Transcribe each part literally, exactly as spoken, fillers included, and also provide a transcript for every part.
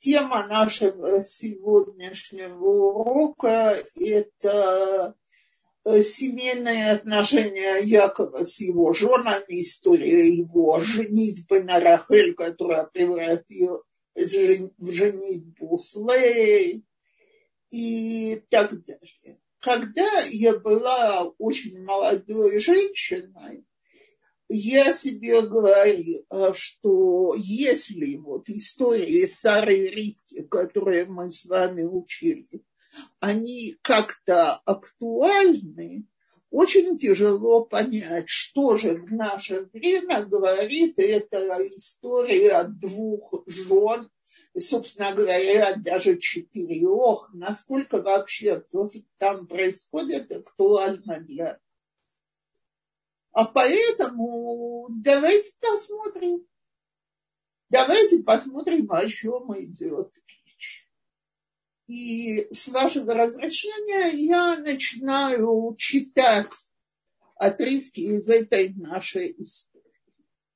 Тема нашего сегодняшнего урока – это семейные отношения Якова с его женами, история его женитьбы на Рахель, которая превратилась в женитьбу с Леей и так далее. Когда я была очень молодой женщиной, я себе говорила, что если вот истории Сары и Ривки, которые мы с вами учили, они как-то актуальны, очень тяжело понять, что же в наше время говорит эта история двух жен, и, собственно говоря, даже четырех, насколько вообще то, что там происходит, актуально для нас. А поэтому давайте посмотрим. Давайте посмотрим, о чем идет речь. И с вашего разрешения я начинаю читать отрывки из этой нашей истории.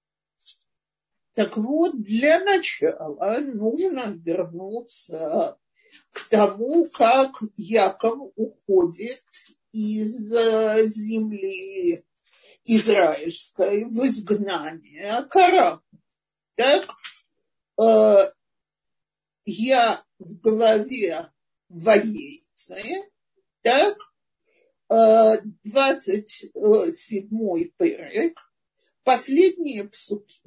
Так вот, для начала нужно вернуться к тому, как Яков уходит из земли израильской в изгнание Карам. Так, э, я в главе Ваейце, так, э, двадцать седьмой перек, последние псуки.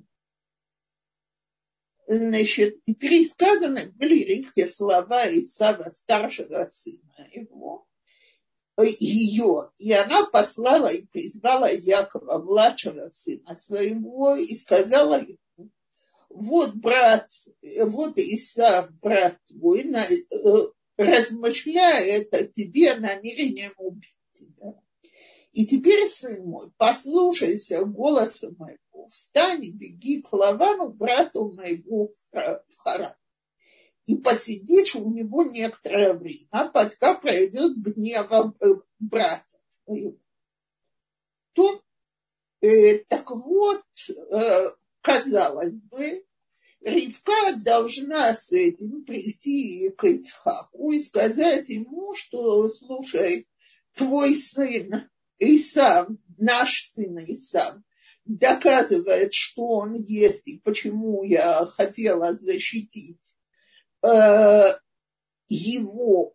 Значит, пересказаны были Ривке слова Исава, старшего сына его, ее, и она послала и призвала Якова, младшего сына своего, и сказала ему: вот брат, вот Исав, брат твой, на, э, размышляет о тебе намерением убить тебя. И теперь, сын мой, послушайся голоса моего, встань и беги к Лавану, брату моего в Харан. И посидишь у него некоторое время, пока пройдет гнев брата твоего. То, э, так вот, э, казалось бы, Ривка должна с этим прийти к Ицхаку и сказать ему, что, слушай, твой сын Исав, наш сын Исав, доказывает, что он есть и почему я хотела защитить его,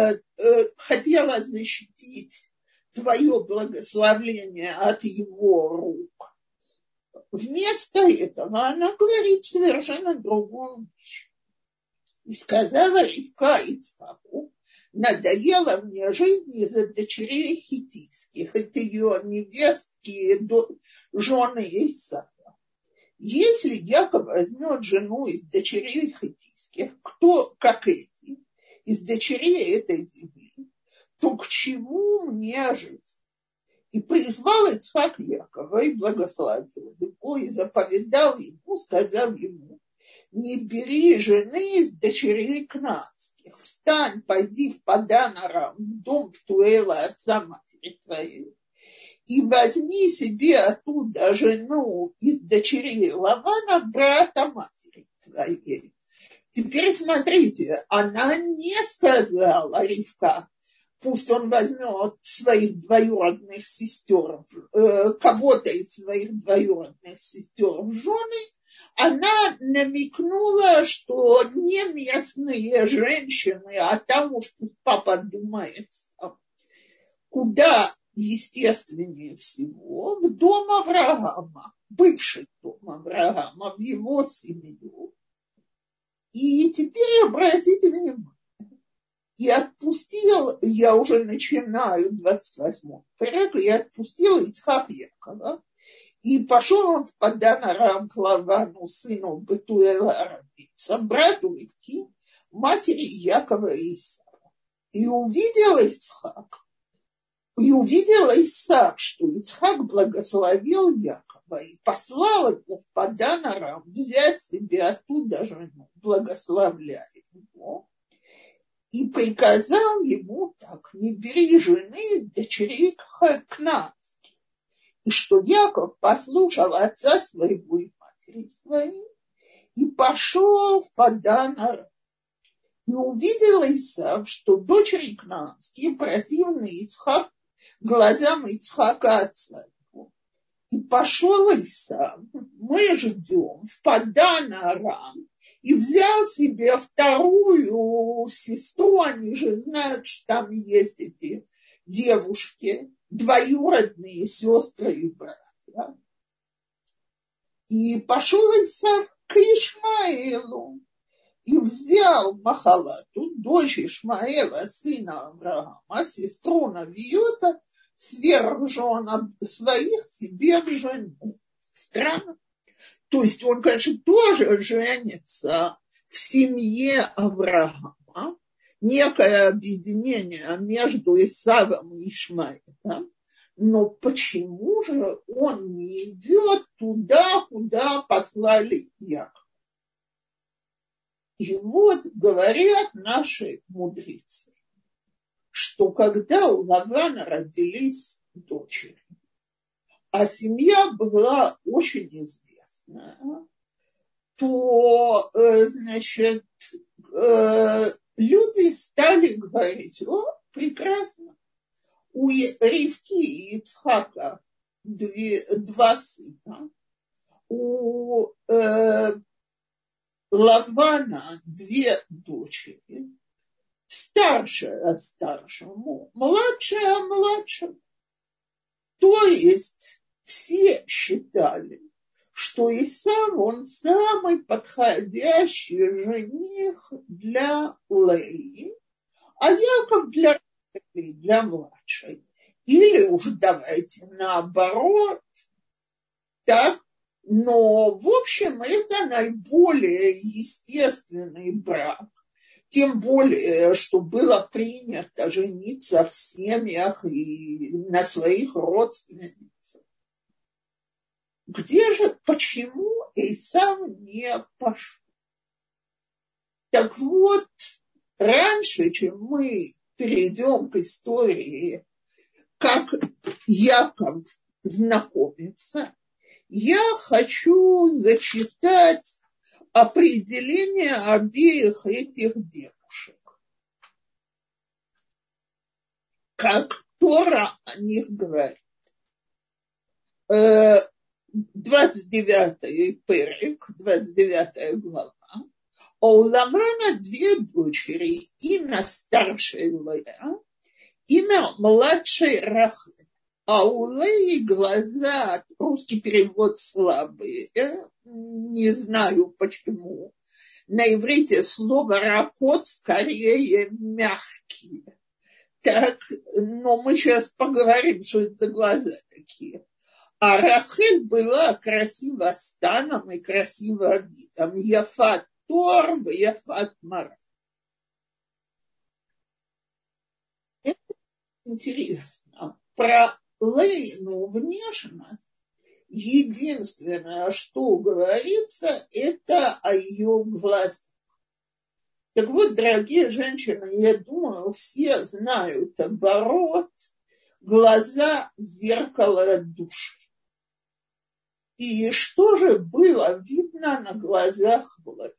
хотела защитить твое благословение от его рук. Вместо этого она говорит совершенно другую вещь. И сказала Ривка Ицхаку: надоела мне жизнь из-за дочерей хиттийских, это ее невестки, жены Исава. Если Яков возьмет жену из дочерей хиттийских, кто, как эти, из дочерей этой земли, то к чему мне жить? И призвал Ицхак Якова и благословил его, и заповедал ему, сказал ему: не бери жены из дочерей кнаанских, встань, пойди в Падан-Арам, в дом Птуэла, отца матери твоей, и возьми себе оттуда жену из дочерей Лавана, брата матери твоей. Теперь смотрите, она не сказала Ривка: пусть он возьмет своих двоюродных сестер, э, кого-то из своих двоюродных сестер в жены. Она намекнула, что не местные женщины, а тому, что папа думает сам. Куда естественнее всего? В дом Авраама, бывший дом Авраама, в его семью. И теперь обратите внимание. И отпустил, я уже начинаю двадцать восьмой перек, и отпустил Ицхак Якова, и пошел он в Падан-Арам к Лавану, сыну Бетуэла арамейца, брату Ривки, матери Якова и Исава. И увидел Ицхак, и увидел Исав, что Ицхак благословил Якова и послал его в Падан-Арам взять себе оттуда жену, благословляя его. И приказал ему так: не бери жены из дочерей кнаанских. И что Яков послушал отца своего и матери своей и пошел в Падан-Арам. И увидел Исав, что дочери кнаанские противны Ицхак, глазам Ицхака отца. И пошел Исав, мы ждем, в Падан-Арам, и взял себе вторую сестру, они же знают, что там есть эти девушки, двоюродные сестры и братья. И пошел Исав к Ишмаэлу и взял Махалату, дочь Ишмаэла, сына Авраама, сестру Навиота, сверх жен своих себе в жену. Странно. То есть он, конечно, тоже женится в семье Авраама, некое объединение между Исавом и Ишмаэлем, но почему же он не идет туда, куда послали Якова? И вот говорят наши мудрецы, что когда у Лавана родились дочери, а семья была очень известная, то, значит, люди стали говорить: о, прекрасно, у Ривки и Ицхака две, два сына, у э, Лавана две дочери, старшая старшему, младшая младшему. То есть все считали, что Исав, он самый подходящий жених для Леи, а Яков для, для младшей. Или уж давайте наоборот, так. Но, в общем, это наиболее естественный брак. Тем более, что было принято жениться в семьях и на своих родственницах. Где же, почему Исав не пошел? Так вот, раньше, чем мы перейдем к истории, как Яков знакомится, я хочу зачитать определение обеих этих девушек. Как Тора о них говорит. двадцать девятый перек, двадцать девятая глава. А у Лавана две дочери, имя старшей Лея, имя младшей Рахель. А у Леи глаза, русский перевод слабый, не знаю почему. На иврите слово ракот скорее мягкие. Так, но мы сейчас поговорим, что это за глаза такие. А Рахель была красиво станом и красиво видом. Яфат тор, яфат мара. Это интересно. Про Лейну внешность единственное, что говорится, это о ее глазах. Так вот, дорогие женщины, я думаю, все знают оборот глаза зеркало души. И что же было видно на глазах Леи?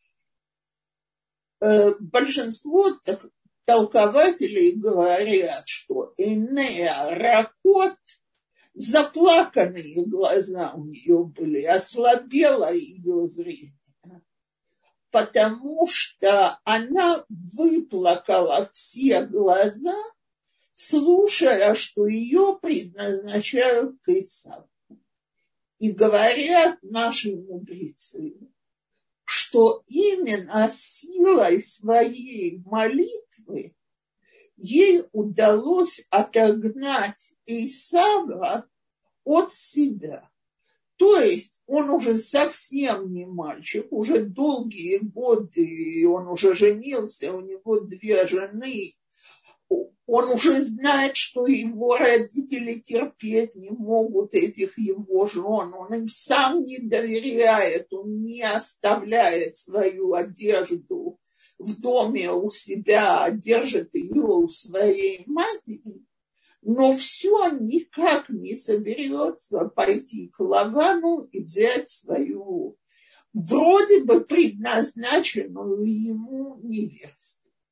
Большинство толкователей говорят, что Энея Ракот, заплаканные глаза у нее были, ослабело ее зрение, потому что она выплакала все глаза, слушая, что ее предназначают к Исаву. И говорят наши мудрецы, что именно силой своей молитвы ей удалось отогнать Исава от себя. То есть он уже совсем не мальчик, уже долгие годы, он уже женился, у него две жены. Он уже знает, что его родители терпеть не могут этих его жен. Он им сам не доверяет, он не оставляет свою одежду в доме у себя, а держит ее у своей матери. Но все никак не соберется пойти к Лавану и взять свою вроде бы предназначенную ему невесту.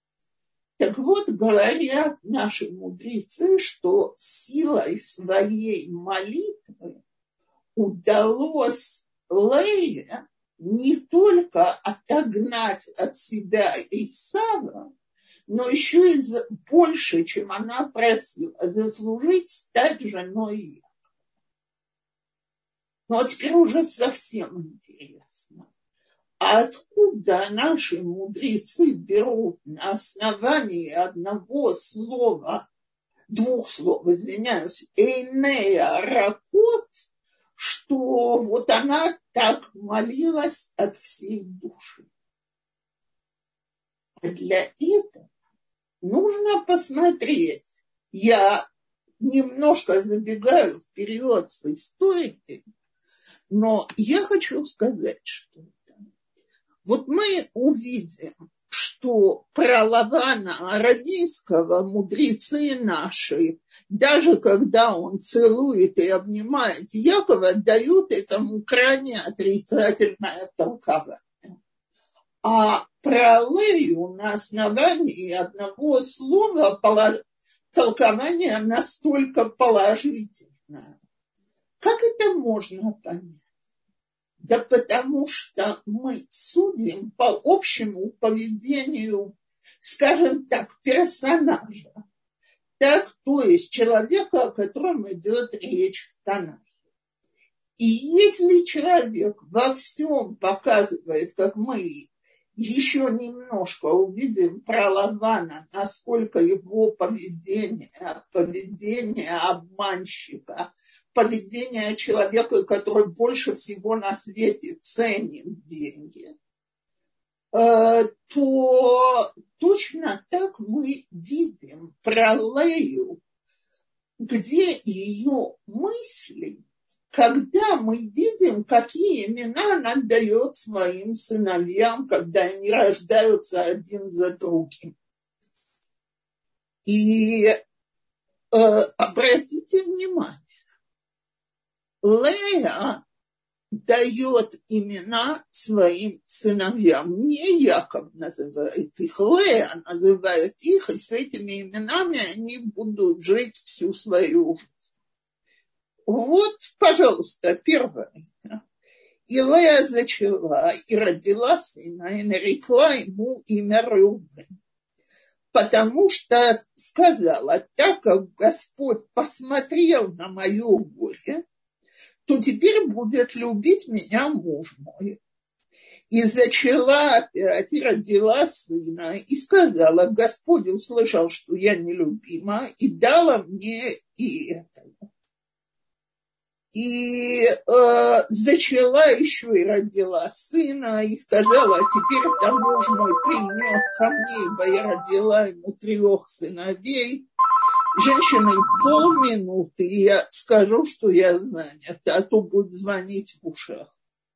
Так вот, говорят наши мудрецы, что силой своей молитвы удалось Лее не только отогнать от себя Исава, но еще и больше, чем она просила, заслужить стать женой Якова. Ну, а теперь уже совсем интересно. А откуда наши мудрецы берут на основании одного слова, двух слов, извиняюсь, «эйнея ракот», что вот она так молилась от всей души? А для этого нужно посмотреть. Я немножко забегаю вперед с историей, но я хочу сказать что-то. Вот мы увидим, что про Лавана аравийского мудрецы наши, даже когда он целует и обнимает Якова, дают этому крайне отрицательное толкование. А про Лею на основании одного слова толкование настолько положительное. Как это можно понять? Да потому что мы судим по общему поведению, скажем так, персонажа. Так, то есть человека, о котором идет речь в Танахе. И если человек во всем показывает, как мы еще немножко увидим про Лавана, насколько его поведение, поведение обманщика, поведение человека, который больше всего на свете ценит деньги, то точно так мы видим про Лею, где ее мысли, когда мы видим, какие имена она дает своим сыновьям, когда они рождаются один за другим. И э, обратите внимание, Лея дает имена своим сыновьям. Не Яков называет их, Лея называет их, и с этими именами они будут жить всю свою жизнь. Вот, пожалуйста, первое. И Лея зачала и родила сына, и нарекла ему имя Рувен. Потому что сказала, так как Господь посмотрел на мое горе, то теперь будет любить меня муж мой. И зачала опять, и родила сына, и сказала, Господь услышал, что я нелюбима, и дала мне и этого. И э, зачала еще и родила сына, и сказала, теперь-то муж мой придет ко мне, ибо я родила ему трех сыновей. Женщины, полминуты, и я скажу, что я занята, а то будет звонить в ушах.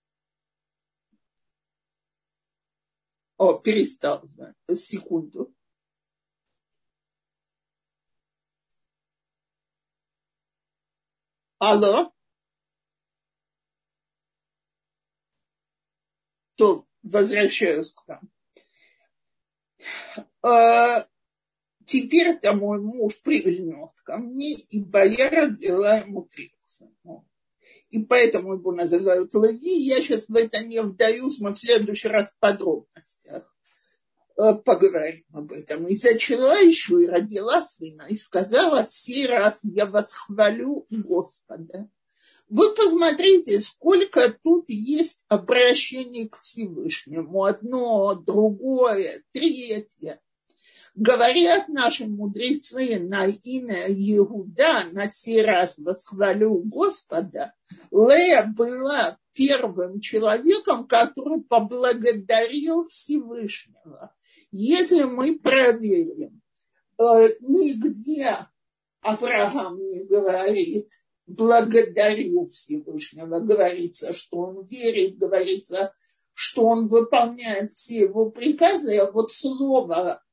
О, перестал звонить. Секунду. Алло? То возвращаюсь к вам. Теперь-то мой муж прильнет ко мне, ибо я родила ему трех сынов. И поэтому его называют Леви. Я сейчас в это не вдаюсь, мы в следующий раз в подробностях поговорим об этом. И зачала еще и родила сына, и сказала, сей раз я восхвалю Господа. Вы посмотрите, сколько тут есть обращений к Всевышнему. Одно, другое, третье. Говорят наши мудрецы на имя Иуда, на сей раз восхвалю Господа, Лея была первым человеком, который поблагодарил Всевышнего. Если мы проверим, нигде Авраам не говорит благодарю Всевышнего, говорится, что он верит, говорится, что он выполняет все его приказы, а вот слово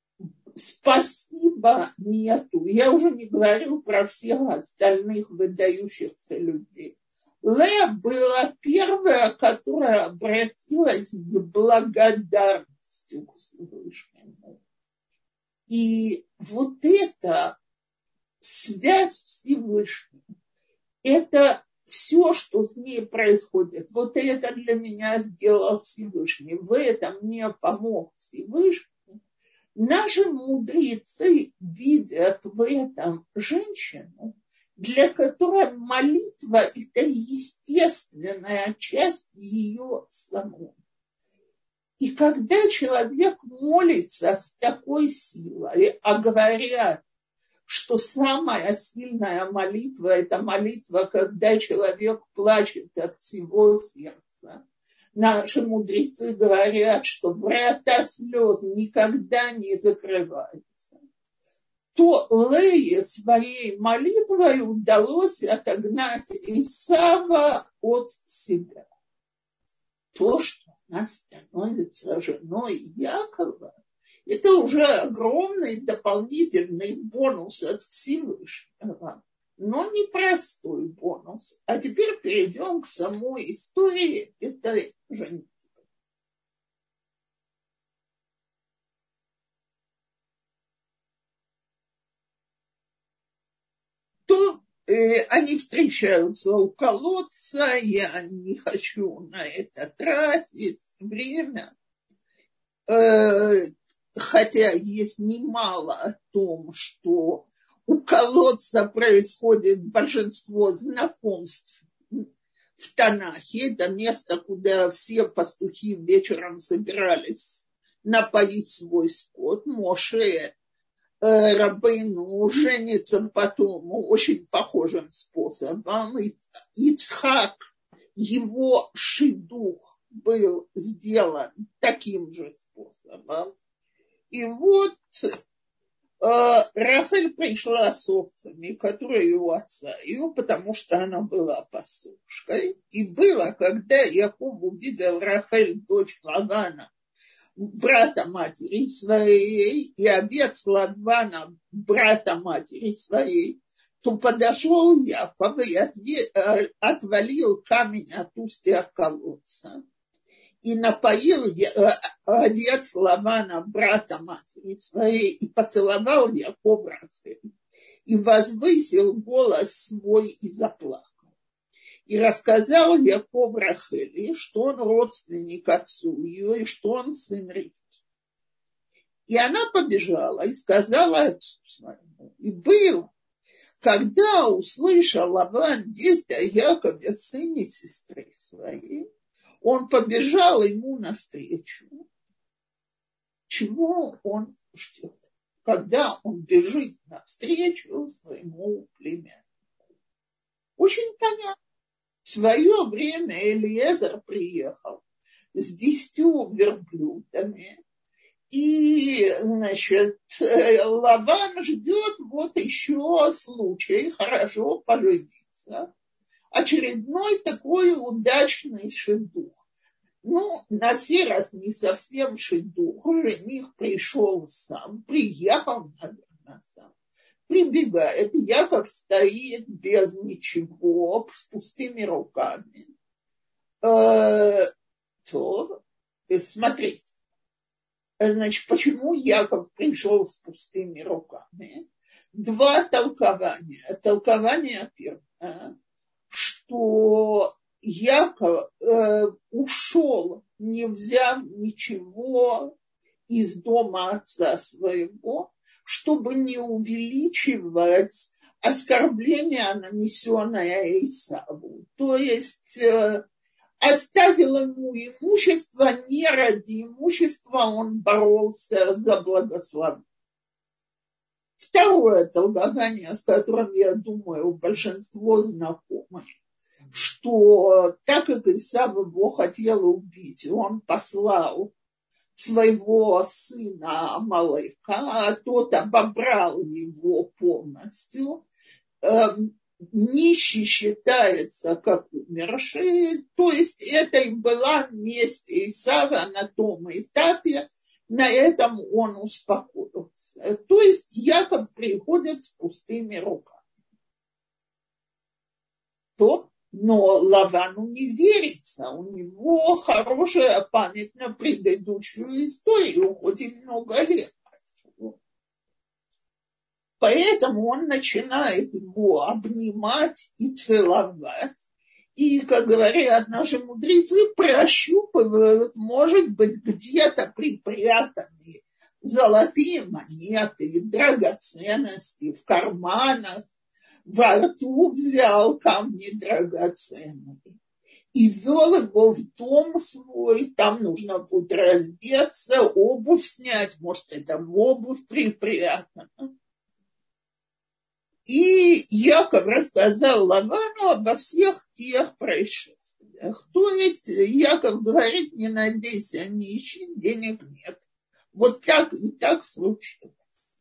спасибо нету. Я уже не говорю про всех остальных выдающихся людей. Лея была первая, которая обратилась с благодарностью к Всевышнему. И вот эта связь с Всевышним, это все, что с ней происходит. Вот это для меня сделал Всевышний. В этом мне помог Всевышний. Наши мудрецы видят в этом женщину, для которой молитва – это естественная часть ее самой. И когда человек молится с такой силой, а говорят, что самая сильная молитва – это молитва, когда человек плачет от всего сердца. Наши мудрецы говорят, что врата слез никогда не закрываются. То Лее своей молитвой удалось отогнать Исава от себя. То, что она становится женой Якова, это уже огромный дополнительный бонус от Всевышнего, но непростой бонус. А теперь перейдем к самой истории этой женитьбы. То э, они встречаются у колодца, я не хочу на это тратить время. Э, Хотя есть немало о том, что у колодца происходит большинство знакомств в Танахе. Это место, куда все пастухи вечером собирались напоить свой скот. Моше э, Рабейну женится потом очень похожим способом. И Ицхак, его шидух был сделан таким же способом. И вот э, Рахель пришла с овцами, которые у отца ее, потому что она была пастушкой. И было, когда Яков увидел Рахель, дочь Лавана, брата матери своей, и овец Лавана, брата матери своей, то подошел Яков и отвалил камень от устья колодца. И напоил овец Лавана, брата матери своей, и поцеловал Яков Рахель, и возвысил голос свой и заплакал. И рассказал Яков Рахели, что он родственник отцу ее, и что он сын Ривки. И она побежала и сказала отцу своему. И было, когда услышал Лаван весть о Якове, сыне сестры своей, он побежал ему навстречу. Чего он ждет, когда он бежит навстречу своему племяннику? Очень понятно. В свое время Элиезер приехал с десятью верблюдами. И, значит, Лаван ждет вот еще случай хорошо поживиться. Очередной такой удачный шидух. Ну, на сей раз не совсем шидух. Жених пришел сам, приехал, наверное, сам. Прибегает, Яков стоит без ничего, с пустыми руками. Э, то, смотрите, значит, почему Яков пришел с пустыми руками? Два толкования. Толкование первое, что Яков э, ушел, не взяв ничего из дома отца своего, чтобы не увеличивать оскорбление, нанесенное Исаву. То есть э, оставил ему имущество, не ради имущества он боролся за благословение. Второе толкование, с которым, я думаю, большинство знакомы, что так как Исав его хотел убить, он послал своего сына Амалека, а тот обобрал его полностью. Нищий считается как умерший, то есть это и была месть Исава на том этапе, на этом он успокоился. То есть Яков приходит с пустыми руками. То, но Лавану не верится, у него хорошая память на предыдущую историю, хоть и много лет. Поэтому он начинает его обнимать и целовать. И, как говорят наши мудрецы, прощупывают, может быть, где-то припрятанные золотые монеты, драгоценности в карманах, во рту взял камни драгоценные и вел его в дом свой. Там нужно будет раздеться, обувь снять, может, это в обувь припрятано. И Яков рассказал Лавану обо всех тех происшествиях. То есть Яков говорит: не надейся, не ищи, денег нет. Вот так и так случилось.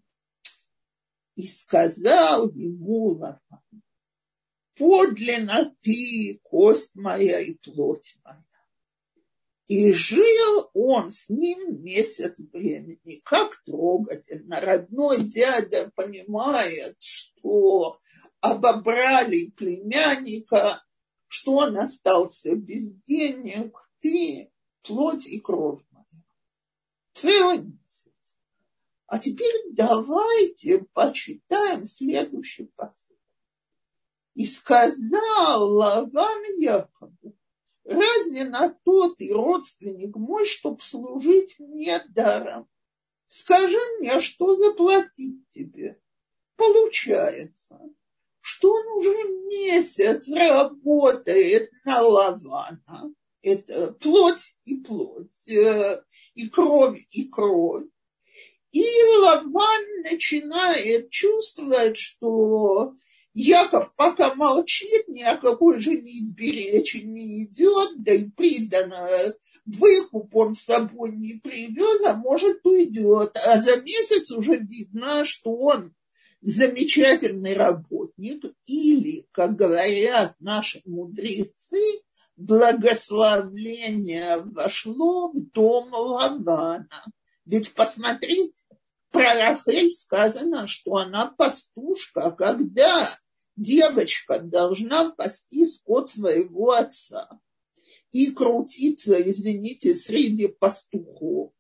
И сказал ему Лаван: подлинно ты, кость моя и плоть моя. И жил он с ним месяц времени. Как трогательно. Родной дядя понимает, что обобрали племянника, что он остался без денег. Ты плоть и кровь моя. Целый месяц. А теперь давайте почитаем следующий пассаж. И сказал Лаван Якову: разве на то ты родственник мой, чтоб служить мне даром? Скажи мне, что заплатить тебе. Получается, что он уже месяц работает на Лавана. Это плоть и плоть, и кровь и кровь. И Лаван начинает чувствовать, что Яков пока молчит, ни о какой женитьбе речи не идет, да и приданное выкуп он с собой не привез, а может уйдет. А за месяц уже видно, что он замечательный работник, или, как говорят наши мудрецы, благословение вошло в дом Лавана. Ведь посмотрите, про Рахель сказано, что она пастушка, когда девочка должна пасти скот своего отца и крутиться, извините, среди пастухов,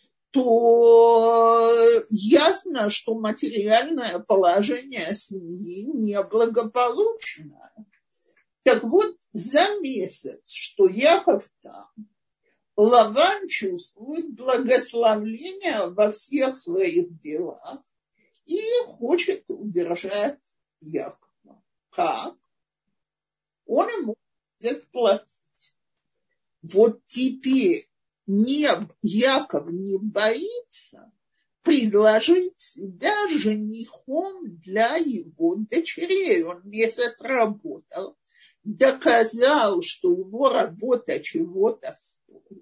то ясно, что материальное положение семьи неблагополучное. Так вот, за месяц, что Яков там, Лаван чувствует благословление во всех своих делах и хочет удержать Якова. Как? Он ему будет платить. Вот теперь не, Яков не боится предложить себя женихом для его дочерей. Он месяц работал, доказал, что его работа чего-то стоит.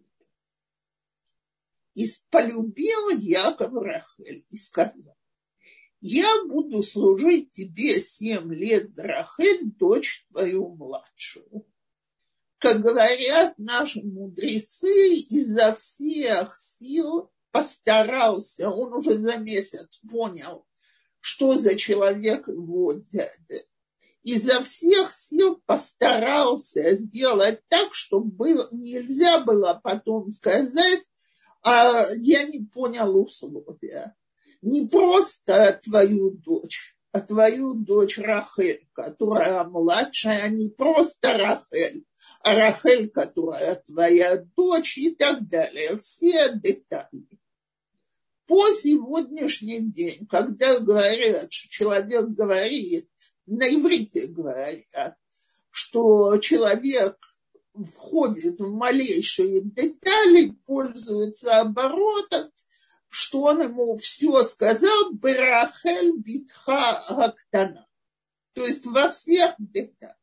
И полюбил Яков Рахель и сказал: я буду служить тебе семь лет за Рахель, дочь твою младшую. Как говорят наши мудрецы, изо всех сил постарался, он уже за месяц понял, что за человек его дядя. Изо всех сил постарался сделать так, чтобы было, нельзя было потом сказать: а я не понял условия. Не просто твою дочь, а твою дочь Рахель, которая младшая, не просто Рахель, а Рахель, которая твоя дочь и так далее. Все детали. По сегодняшний день, когда говорят, что человек говорит, на иврите говорят, что человек входит в малейшие детали, пользуется оборотом, что он ему все сказал, Берахель битха актана, то есть во всех деталях.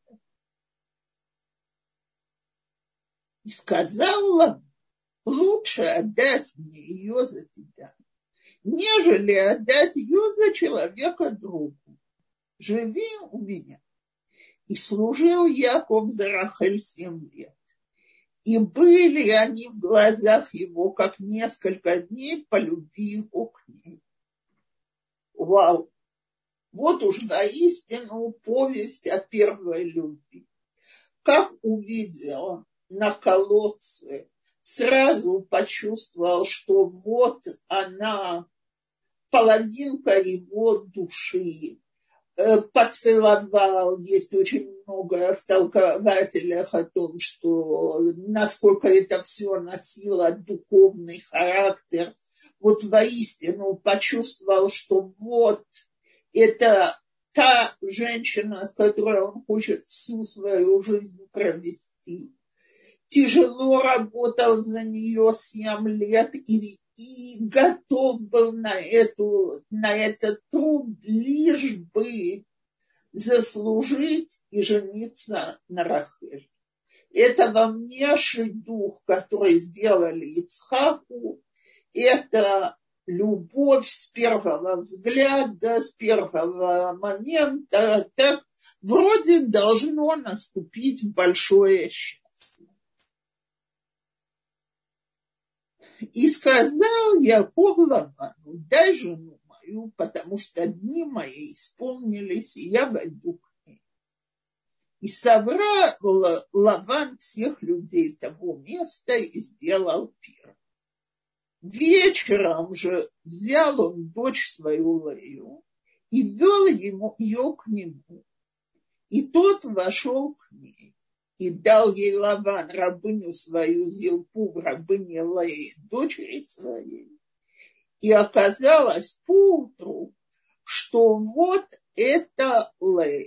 И сказал: лучше отдать мне ее за тебя, нежели отдать ее за человека другу. Живи у меня. И служил Яков за Рахель семь лет. И были они в глазах его, как несколько дней по любви его к ней. Вау! Вот уж воистину повесть о первой любви. Как увидел на колодце, сразу почувствовал, что вот она половинка его души, поцеловал. Есть очень много в толкователях о том, что насколько это все носило духовный характер. Вот воистину почувствовал, что вот это та женщина, с которой он хочет всю свою жизнь провести. Тяжело работал за нее семь лет и, и готов был на, эту, на этот труд, лишь бы заслужить и жениться на Рахель. Это внешний дух, который сделали Ицхаку, это любовь с первого взгляда, с первого момента. Так вроде должно наступить большое счастье. И сказал Яков Лавану: дай жену мою, потому что дни мои исполнились, и я войду к ней. И собрал Лаван всех людей того места и сделал пир. Вечером же взял он дочь свою Лею и вел ему, ее к нему. И тот вошел к ней. И дал ей Лаван рабыню свою Зилпу, рабыне Леи, дочери своей. И оказалось поутру, что вот это Лея.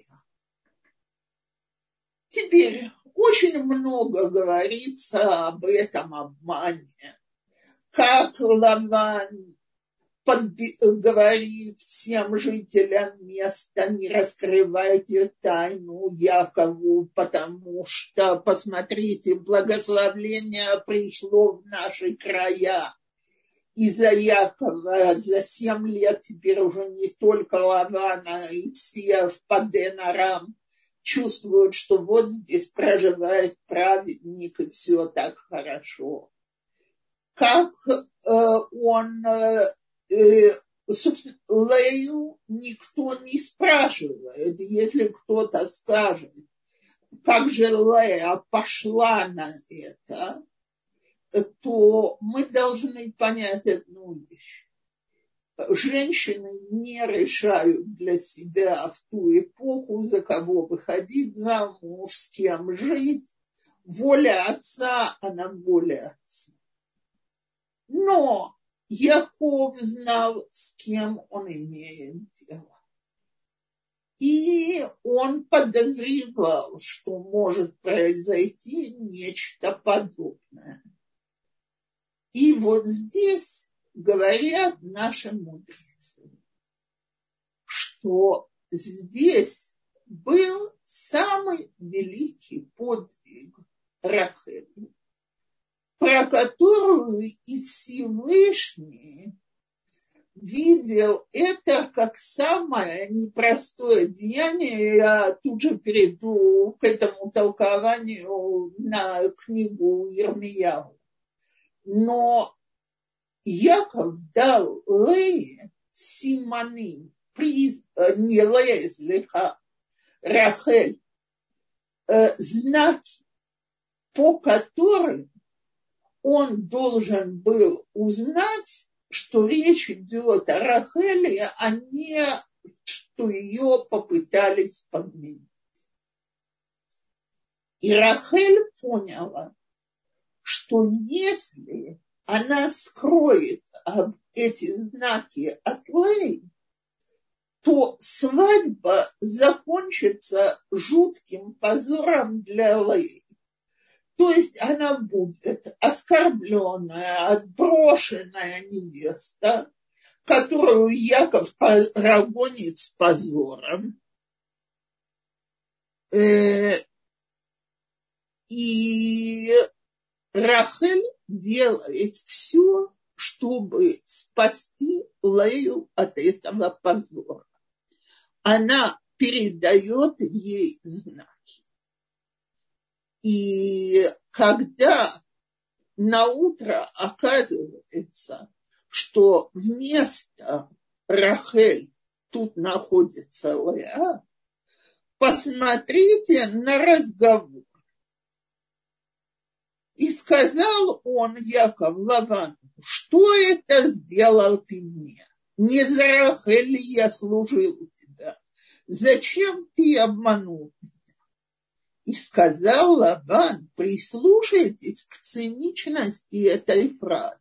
Теперь очень много говорится об этом обмане. Как Лаван подби- говорит всем жителям места: не раскрывайте тайну Якову, потому что, посмотрите, благословление пришло в наши края. Из-за Якова за семь лет теперь уже не только Лавана, и все в Паден-Арам чувствуют, что вот здесь проживает праведник, и все так хорошо. Как э, он... Э, собственно, Лею никто не спрашивает. Если кто-то скажет, как же Лея пошла на это, то мы должны понять одну вещь. Женщины не решают для себя в ту эпоху, за кого выходить замуж, с кем жить. Воля отца, она воля отца. Но Яков знал, с кем он имеет дело. И он подозревал, что может произойти нечто подобное. И вот здесь говорят наши мудрецы, что здесь был самый великий подвиг Рахели, про которую и Всевышний видел это как самое непростое деяние. Я тут же перейду к этому толкованию на книгу Ирмияу. Но Яков дал Лее симоним, приз, не Лее, слегка, Рахель, э, знаки, по которым он должен был узнать, что речь идет о Рахеле, а не что ее попытались подменить. И Рахель поняла, что если она скроет эти знаки от Леи, то свадьба закончится жутким позором для Леи. То есть она будет оскорбленная, отброшенная невеста, которую Яков прогонит с позором. И Рахель делает все, чтобы спасти Лею от этого позора. Она передает ей знаки. И когда на утро оказывается, что вместо Рахель тут находится Леа, посмотрите на разговор. И сказал он, Яков, Лавану: что это сделал ты мне? Не за Рахель я служил у тебя. Зачем ты обманул меня? И сказал Лаван, прислушайтесь к циничности этой фразы.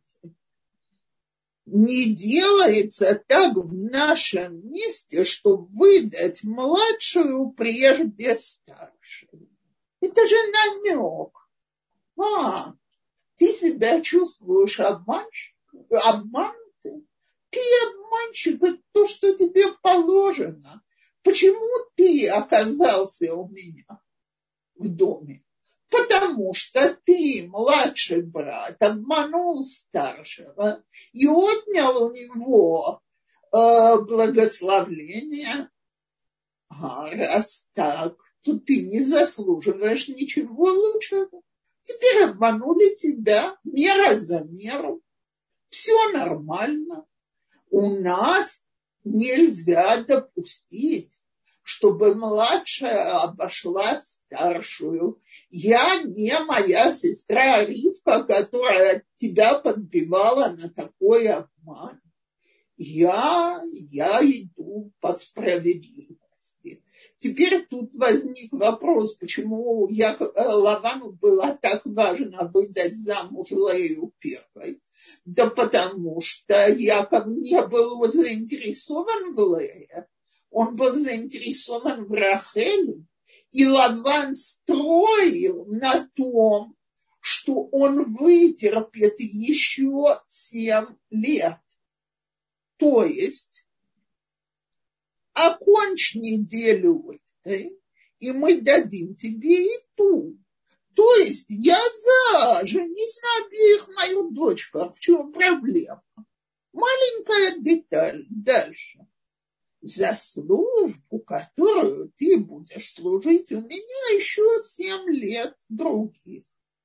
Не делается так в нашем месте, чтобы выдать младшую прежде старшей. Это же намек. А, ты себя чувствуешь обманщиком, обманутым? Ты обманщик, это то, что тебе положено. Почему ты оказался у меня в доме? Потому что ты, младший брат, обманул старшего и отнял у него э, благословление. А раз так, то ты не заслуживаешь ничего лучшего. Теперь обманули тебя, мера за меру. Все нормально. У нас нельзя допустить, чтобы младшая обошла старшую. Я не моя сестра Ривка, которая тебя подбивала на такой обман. Я, я иду по справедливости. Теперь тут возник вопрос, почему я, Лавану было так важно выдать замуж Лею первой. Да потому что Яков не был заинтересован в Лее. Он был заинтересован в Рахеле. И Лаван строил на том, что он вытерпит еще семь лет. То есть окончь неделю этой, и мы дадим тебе и ту. То есть я за, женись на обеих моих дочках. В чем проблема? Маленькая деталь. Дальше. За службу, которую ты будешь служить, у меня еще семь лет других.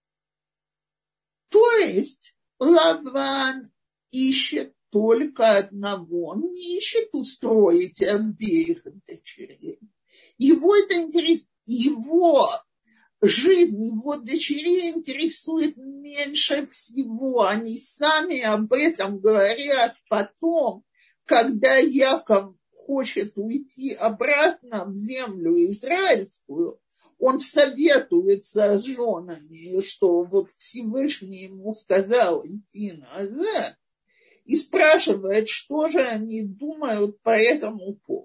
То есть Лаван ищет только одного. Он не ищет устроить обеих дочерей. Его это интересует. Его жизнь его дочерей интересует меньше всего. Они сами об этом говорят потом, когда Яков хочет уйти обратно в землю израильскую. Он советуется с женами, что вот Всевышний ему сказал идти назад, и спрашивает, что же они думают по этому поводу.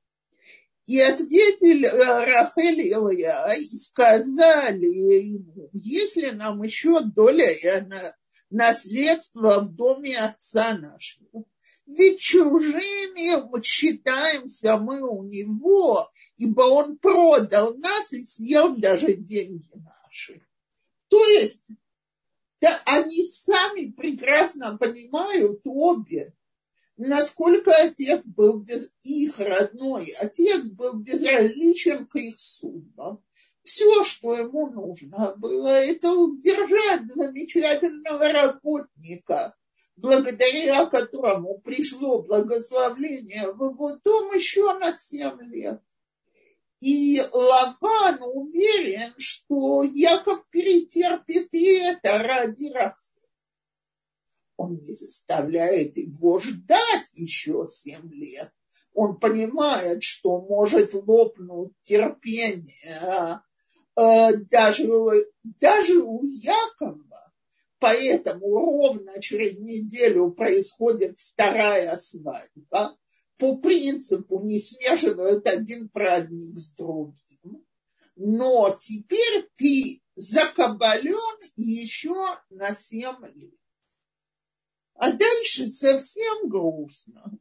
И ответили Рахель и Лея и сказали ему, если нам еще доля наследства в доме отца нашего, ведь чужими считаемся мы у него, ибо он продал нас и съел даже деньги наши. То есть да, они сами прекрасно понимают обе, насколько отец был без, их родной отец был безразличен к их судьбам. Все, что ему нужно было, это удержать замечательного работника, благодаря которому пришло благословление в его дом еще на семь лет. И Лаван уверен, что Яков перетерпит и это ради Рахель. Он не заставляет его ждать еще семь лет. Он понимает, что может лопнуть терпение даже, даже у Якова. Поэтому ровно через неделю происходит вторая свадьба. По принципу не смешивают один праздник с другим. Но теперь ты закабален еще на семь лет. А дальше совсем грустно.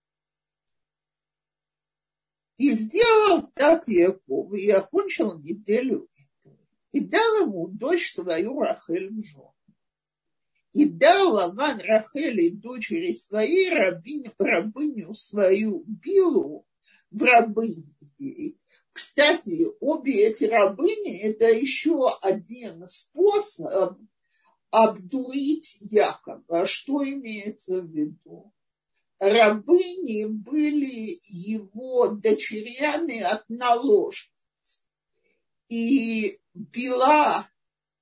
И сделал так Яков, и окончил неделю эту. И дал ему дочь свою Рахель в жены. И дал Лаван Рахель и дочери своей рабыню, рабыню свою Билу в рабыни ей. Кстати, обе эти рабыни – это еще один способ обдурить Якова. Что имеется в виду? Рабыни были его дочерями от наложниц. И Била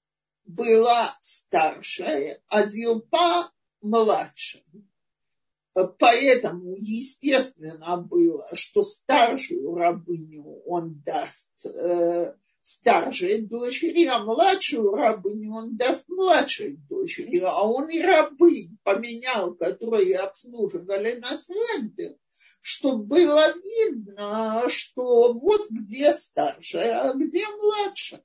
была старшая, а Зилпа младшая. Поэтому естественно было, что старшую рабыню он даст э, старшей дочери, а младшую рабыню он даст младшей дочери. А он и рабынь поменял, которые обслуживали на свадьбе, чтобы было видно, что вот где старшая, а где младшая.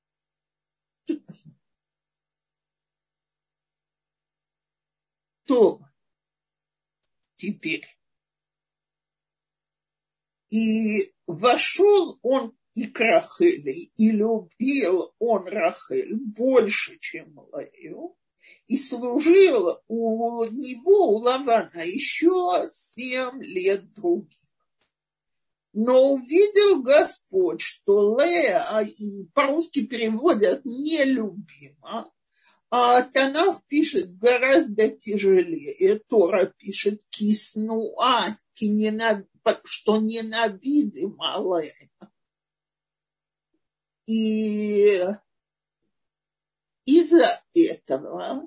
То теперь. И вошел он и к Рахели, и любил он Рахель больше, чем Лею, и служил у него, у Лавана, еще семь лет других. Но увидел Господь, что Лея, и по-русски переводят нелюбима, а Танах пишет гораздо тяжелее. Тора пишет киснуа, что ненавидима Лея. И из-за этого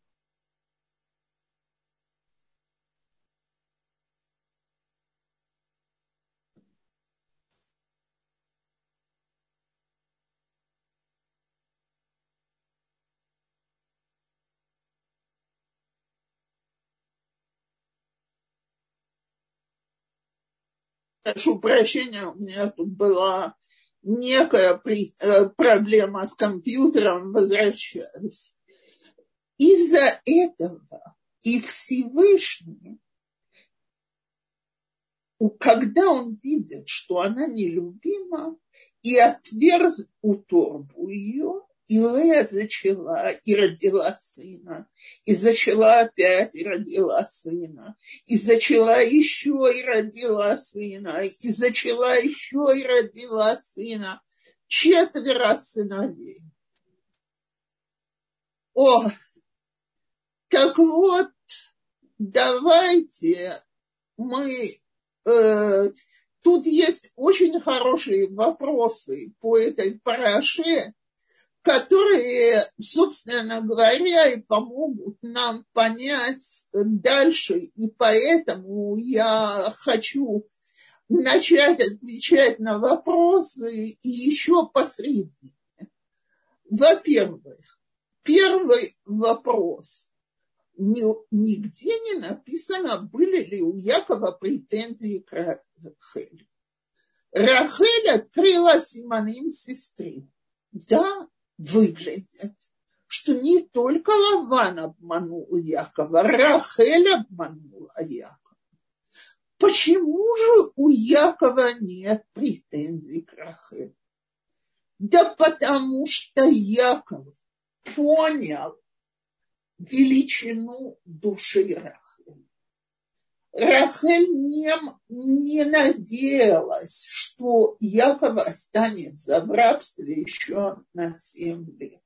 прошу прощения, у меня тут была некая проблема с компьютером, возвращаюсь. Из-за этого и Всевышний, когда он видит, что она нелюбима, и отверз уторбу ее, и Лея зачала и родила сына, и зачала опять и родила сына, и зачала еще и родила сына, и зачала еще и родила сына. Четверо сыновей. О, так вот, давайте мы... Э, тут есть очень хорошие вопросы по этой параше, которые, собственно говоря, и помогут нам понять дальше. И поэтому я хочу начать отвечать на вопросы и еще посредине. Во-первых, первый вопрос. Нигде не написано, были ли у Якова претензии к Рахель. Рахель открыла симоним сестре. Да, выглядит, что не только Лаван обманул Якова, Рахель обманула Якова. Почему же у Якова нет претензий к Рахель? Да потому что Яков понял величину души Рахель. Рахель не, не надеялась, что Яков останется в рабстве еще на семь лет.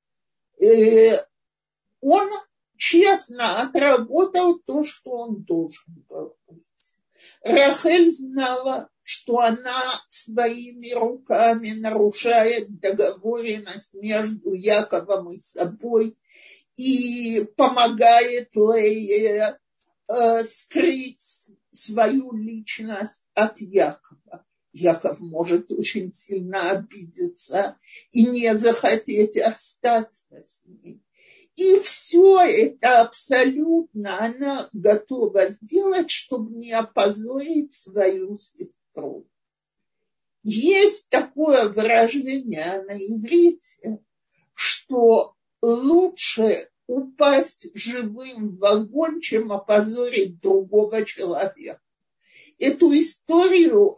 И он честно отработал то, что он должен был быть. Рахель знала, что она своими руками нарушает договоренность между Яковом и собой, и помогает Лее э, скрыть свою личность от Якова. Яков может очень сильно обидеться и не захотеть остаться с ней. И все это абсолютно она готова сделать, чтобы не опозорить свою сестру. Есть такое выражение на иврите, что лучше упасть живым в огонь, чем опозорить другого человека. Эту историю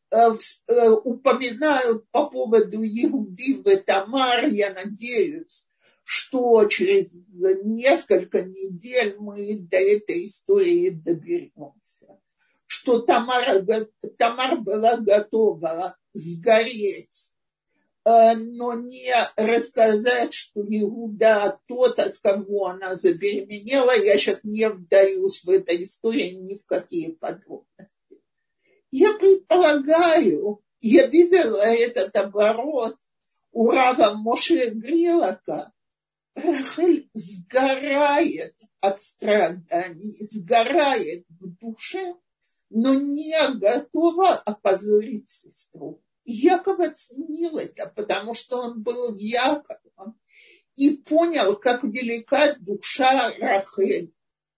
упоминают по поводу Иуды и Тамар. Я надеюсь, что через несколько недель мы до этой истории доберемся. Что Тамар, Тамар была готова сгореть, но не рассказать, что Иуда тот, от кого она забеременела. Я сейчас не вдаюсь в этой истории ни в какие подробности. Я предполагаю, я видела этот оборот у Рава Моше Грилака, Рахель сгорает от страданий, сгорает в душе, но не готова опозорить сестру. Яков оценил это, потому что он был Яковом и понял, как велика душа Рахель.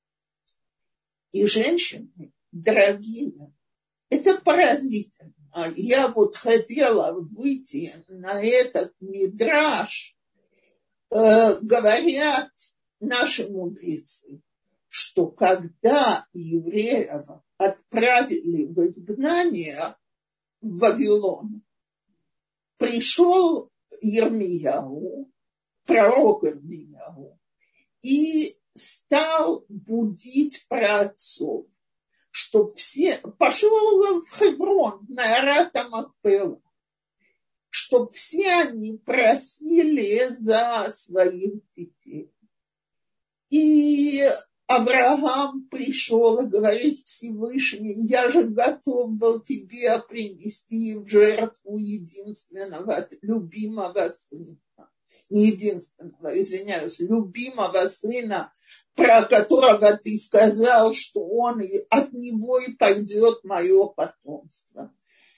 И женщины, дорогие, это поразительно. Я вот хотела выйти на этот мидраш. Э, говорят наши мудрецы, что когда евреев отправили в изгнание в Вавилон, пришел Йирмияу, пророк Йирмияу, и стал будить праотцов, чтоб все... Пошел в Хеврон, в Меорат ха-Махпела, чтоб все они просили за своих детей. И Авраам пришел и говорит: Всевышний, я же готов был тебе принести в жертву единственного, любимого сына. Не единственного, извиняюсь, любимого сына, про которого ты сказал, что он, от него и пойдет мое потомство.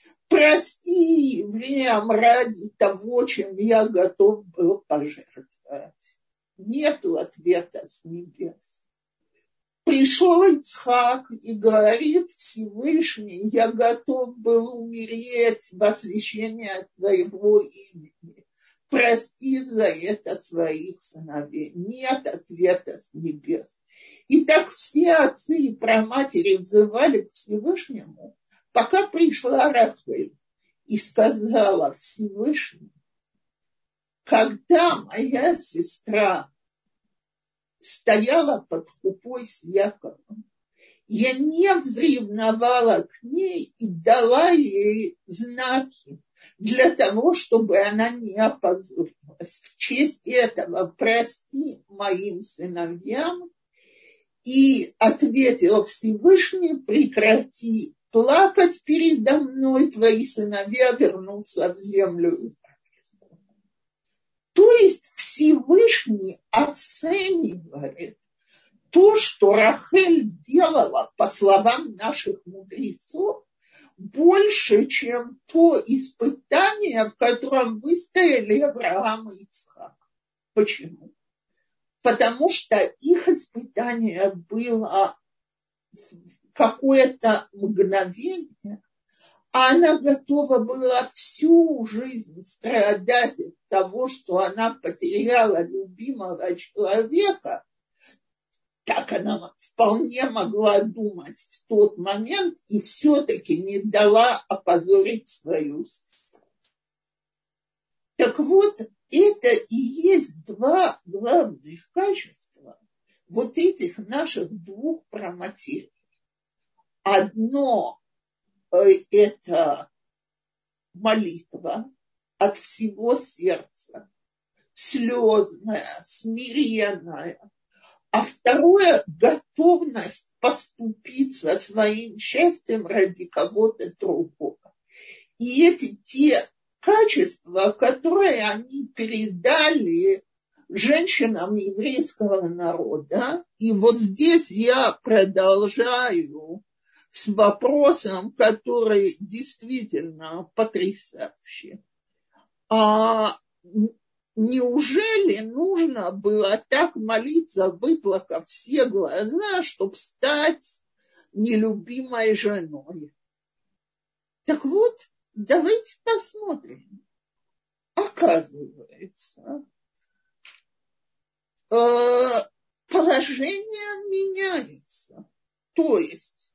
Прости евреям ради того, чем я готов был пожертвовать. Нету ответа с небес. Пришел Ицхак и говорит: Всевышний, я готов был умереть во освящение твоего имени. Прости за это своих сыновей. Нет ответа с небес. И так все отцы и праматери взывали к Всевышнему, пока пришла Рахель и сказала: Всевышний, когда моя сестра стояла под хупой с Яковом, я не взревновала к ней и дала ей знаки для того, чтобы она не опозорилась. В честь этого прости моим сыновьям. И ответил Всевышний: прекрати плакать передо мной, твои сыновья вернутся в землю израильскую. То есть Всевышний оценивает то, что Рахель сделала, по словам наших мудрецов, больше, чем то испытание, в котором выстояли Авраам и Ицхак. Почему? Потому что их испытание было какое-то мгновение, а она готова была всю жизнь страдать от того, что она потеряла любимого человека. Так она вполне могла думать в тот момент и все-таки не дала опозорить свою сестру. Так вот, это и есть два главных качества вот этих наших двух праматерей. Одно – это молитва от всего сердца, слезная, смиренная. А второе – готовность поступиться своим счастьем ради кого-то другого. И эти те качества, которые они передали женщинам еврейского народа. И вот здесь я продолжаю с вопросом, который действительно потрясающий. А неужели нужно было так молиться, выплакав все глаза, чтобы стать нелюбимой женой? Так вот, давайте посмотрим. Оказывается, положение меняется. То есть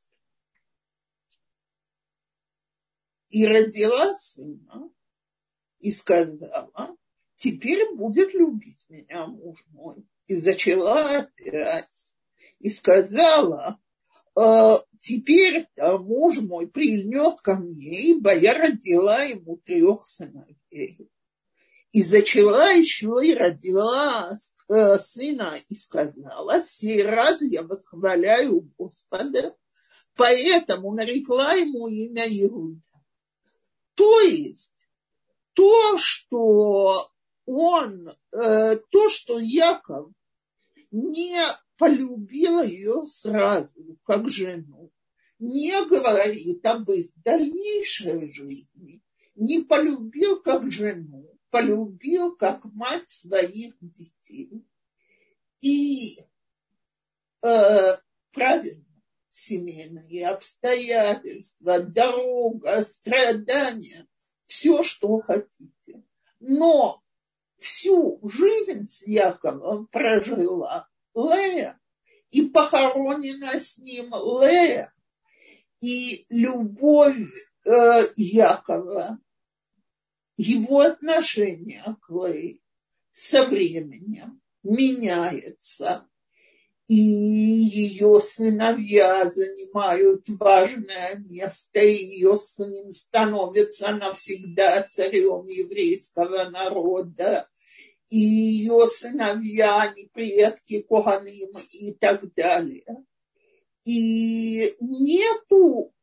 и родила сына, и сказала: теперь будет любить меня муж мой. И зачала опять. И сказала: теперь муж мой прильнет ко мне, ибо я родила ему трех сыновей. И зачала еще и родила сына, и сказала: сей раз я восхваляю Господа, поэтому нарекла ему имя Иуда. То есть то, что он, э, то, что Яков не полюбил ее сразу, как жену, не говорит об их дальнейшей жизни, не полюбил как жену, полюбил как мать своих детей. И э, правильно, семейные обстоятельства, дорога, страдания, все, что хотите. Но всю жизнь с Яковом прожила Лея, и похоронена с ним Лея. И любовь э, Якова, его отношение к Лее со временем меняется. И ее сыновья занимают важное место, и ее сын становится навсегда царем еврейского народа, и ее сыновья, они предки Коганим и так далее. И нету,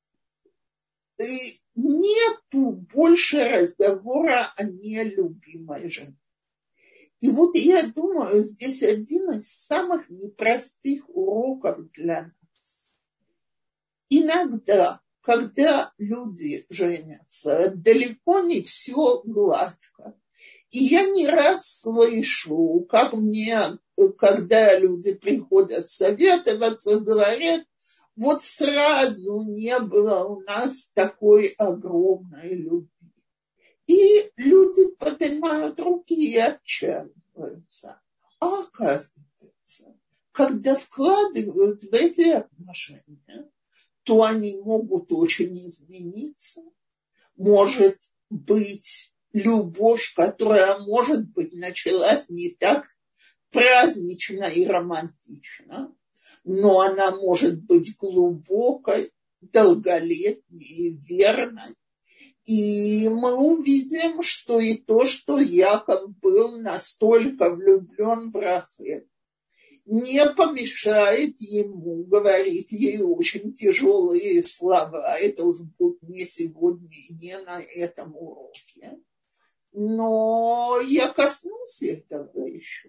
нету больше разговора о нелюбимой жене. И вот я думаю, здесь один из самых непростых уроков для нас. Иногда, когда люди женятся, далеко не все гладко. И я не раз слышу, как мне, когда люди приходят советоваться, говорят, вот сразу не было у нас такой огромной любви. И люди поднимают руки и отчаиваются. А оказывается, когда вкладывают в эти отношения, то они могут очень измениться. Может быть, любовь, которая, может быть, началась не так празднично и романтично, но она может быть глубокой, долголетней и верной. И мы увидим, что и то, что Яков был настолько влюблен в Рахель, не помешает ему говорить ей очень тяжелые слова. Это уж будет не сегодня и не на этом уроке. Но я коснусь этого еще.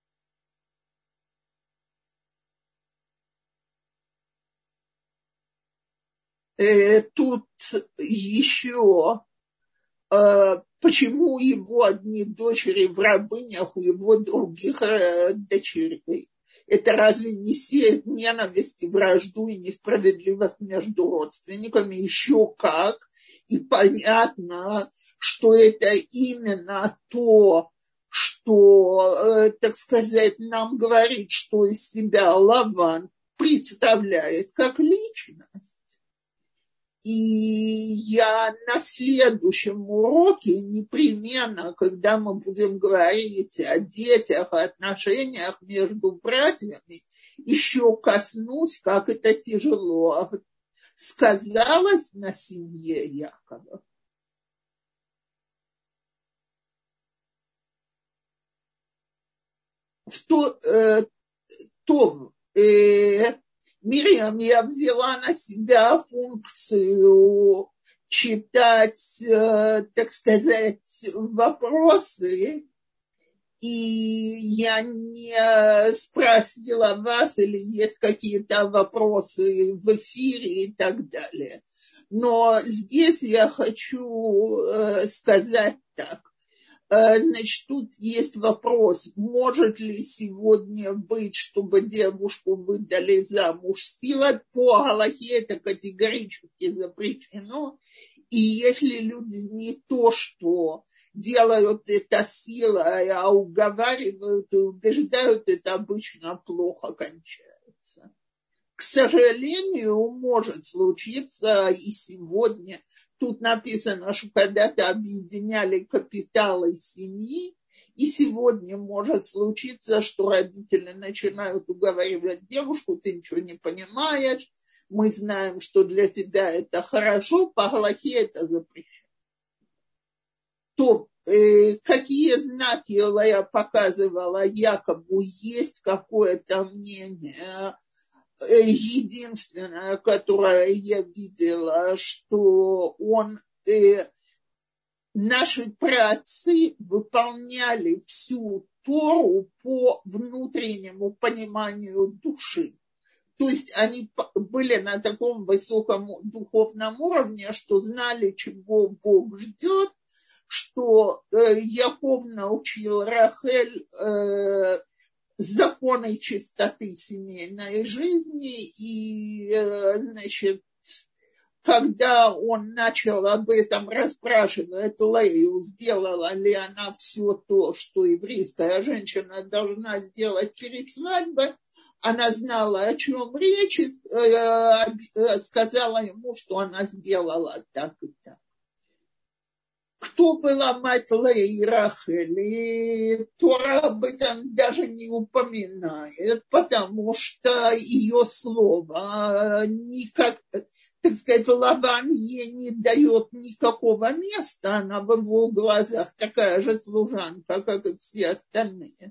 Э, тут еще, э, почему его одни дочери в рабынях, у его других э, дочерей. Это разве не сеет ненависть и вражду и несправедливость между родственниками? Еще как. И понятно, что это именно то, что, э, так сказать, нам говорит, что из себя Лаван представляет как личность. И я на следующем уроке непременно, когда мы будем говорить о детях, о отношениях между братьями, еще коснусь, как это тяжело сказалось на семье Якова. В то, э, то э, Мириам, я взяла на себя функцию читать, э, так сказать, вопросы, и я не спросила вас, или есть какие-то вопросы в эфире и так далее. Но здесь я хочу э, сказать так. Значит, тут есть вопрос, может ли сегодня быть, чтобы девушку выдали замуж силой? По галахе это категорически запрещено. И если люди не то, что делают это силой, а уговаривают и убеждают, это обычно плохо кончается. К сожалению, может случиться и сегодня. Тут написано, что когда-то объединяли капиталы семьи, и сегодня может случиться, что родители начинают уговаривать девушку, ты ничего не понимаешь, мы знаем, что для тебя это хорошо, по галахе это запрещено. То, э, какие знаки я показывала Якову, есть какое-то мнение. Единственное, которое я видела, что он э, наши праотцы выполняли всю Тору по внутреннему пониманию души. То есть они были на таком высоком духовном уровне, что знали, чего Бог ждет, что Яков научил Рахель законы чистоты семейной жизни, и, значит, когда он начал об этом расспрашивать Лею, сделала ли она все то, что еврейская женщина должна сделать перед свадьбой, она знала, о чем речь, и сказала ему, что она сделала так и так. Кто была мать Леи и Рахели, Тора об этом даже не упоминает, потому что ее слово никак, так сказать, Лаван ей не дает никакого места, она в его глазах такая же служанка, как и все остальные.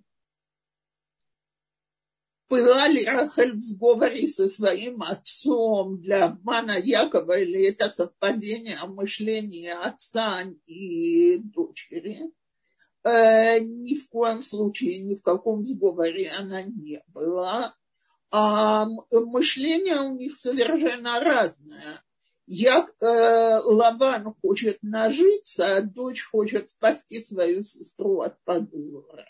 Была ли Рахель в сговоре со своим отцом для обмана Якова, или это совпадение мышления отца и дочери? Э, ни в коем случае, ни в каком сговоре она не была. А мышление у них совершенно разное. Я, э, Лаван хочет нажиться, а дочь хочет спасти свою сестру от позора.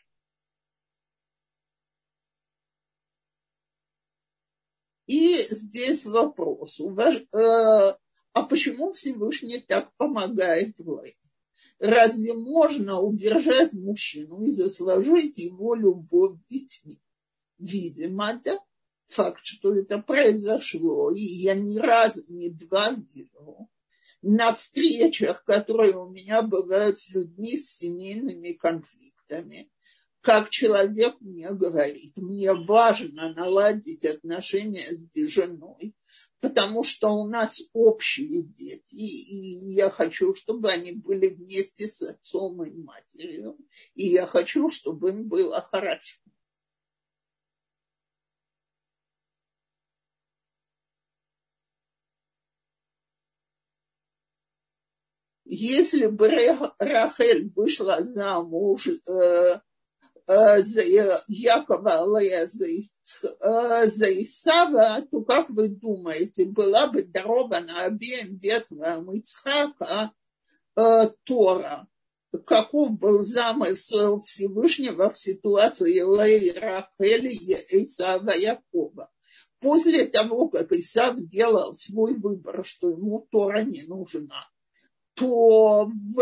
И здесь вопрос, а почему Всевышний так помогает Лее? Разве можно удержать мужчину и заслужить его любовь к детьми? Видимо, да. Факт, что это произошло, и я ни разу, ни два вижу на встречах, которые у меня бывают с людьми с семейными конфликтами, как человек мне говорит, мне важно наладить отношения с женой, потому что у нас общие дети, и я хочу, чтобы они были вместе с отцом и матерью, и я хочу, чтобы им было хорошо. Если бы Рахель вышла замуж э, за Якова, Лея за Исава, то, как вы думаете, была бы дарована обеим ветвям Ицхака э, Тора? Каков был замысел Всевышнего в ситуации Леи, Рахели и Исава Якова? После того, как Исав сделал свой выбор, что ему Тора не нужна, то в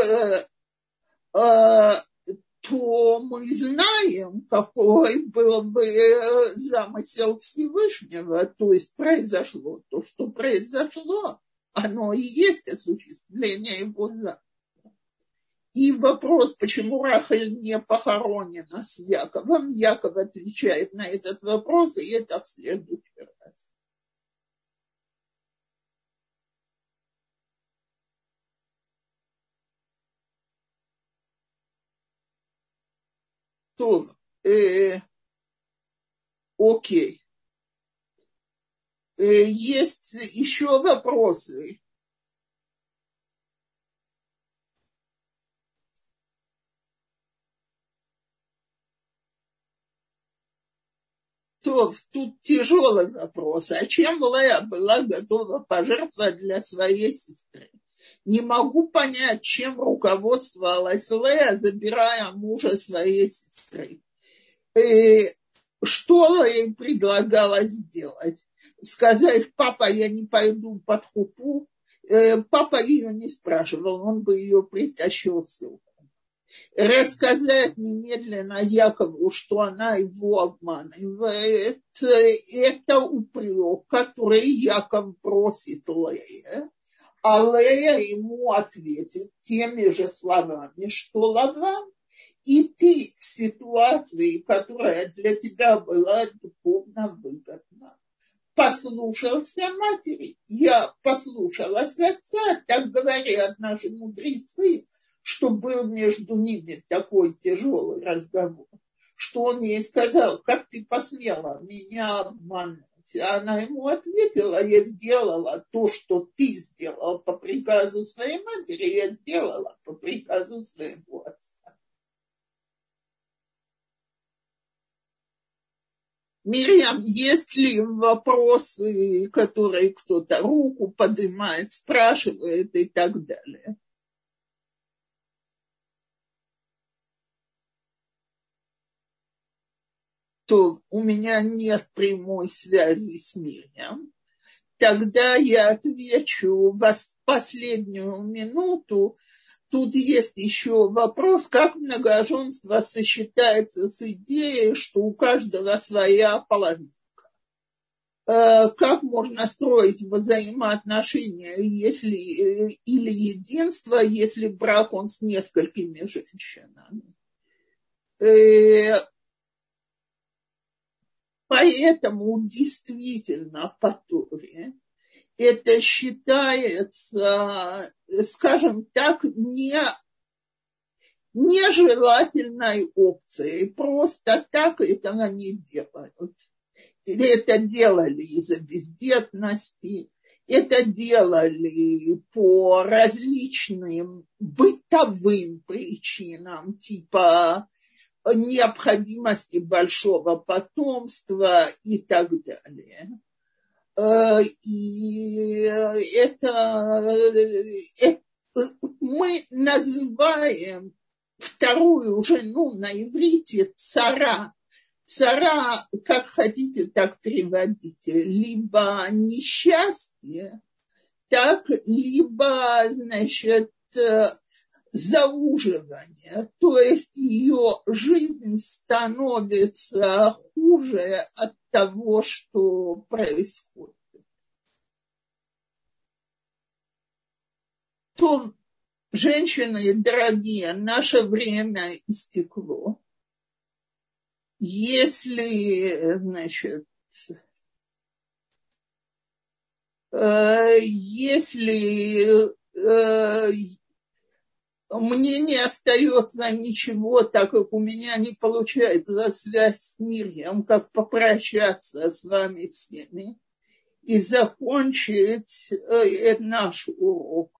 э, то мы знаем, какой был бы замысел Всевышнего. То есть произошло то, что произошло. Оно и есть осуществление его замысла. И вопрос, почему Рахель не похоронена с Яковом, Яков отвечает на этот вопрос, и это в следующий раз. То, э, окей. Э, есть еще вопросы? То, тут тяжелый вопрос. А чем Лея была готова пожертвовать для своей сестры? Не могу понять, чем руководствовалась Лея, забирая мужа своей сестры. И что Лея предлагала сделать? Сказать: папа, я не пойду под хупу. Папа ее не спрашивал, он бы ее притащил ссылку. Рассказать немедленно Якову, что она его обманывает, это упрек, который Яков просит Лея. А Лея ему ответит теми же словами, что Лаван, и ты в ситуации, которая для тебя была духовно выгодна, послушался матери. Я послушалась отца, так говорят наши мудрецы, что был между ними такой тяжелый разговор, что он ей сказал: как ты посмела меня обмануть? А она ему ответила: я сделала то, что ты сделал по приказу своей матери, я сделала по приказу своего отца. Мирьям, есть ли вопросы, которые кто-то руку поднимает, спрашивает и так далее? То у меня нет прямой связи с Мирьям. Тогда я отвечу в последнюю минуту. Тут есть еще вопрос, как многоженство сочетается с идеей, что у каждого своя половинка. Как можно строить взаимоотношения если, или единство, если брак он с несколькими женщинами. Поэтому действительно по Торе это считается, скажем так, не, нежелательной опцией. Просто так этого не делают. Это делали из-за бездетности, это делали по различным бытовым причинам, типа необходимости большого потомства и так далее. И это, это мы называем вторую жену на иврите цара. Цара, как хотите, так переводите. Либо несчастье, так, либо, значит, зауживание. То есть ее жизнь становится хуже от того, что происходит. То, женщины дорогие, наше время истекло. Если, значит, если мне не остается ничего, так как у меня не получается связь с Мирьям, как попрощаться с вами всеми и закончить наш урок.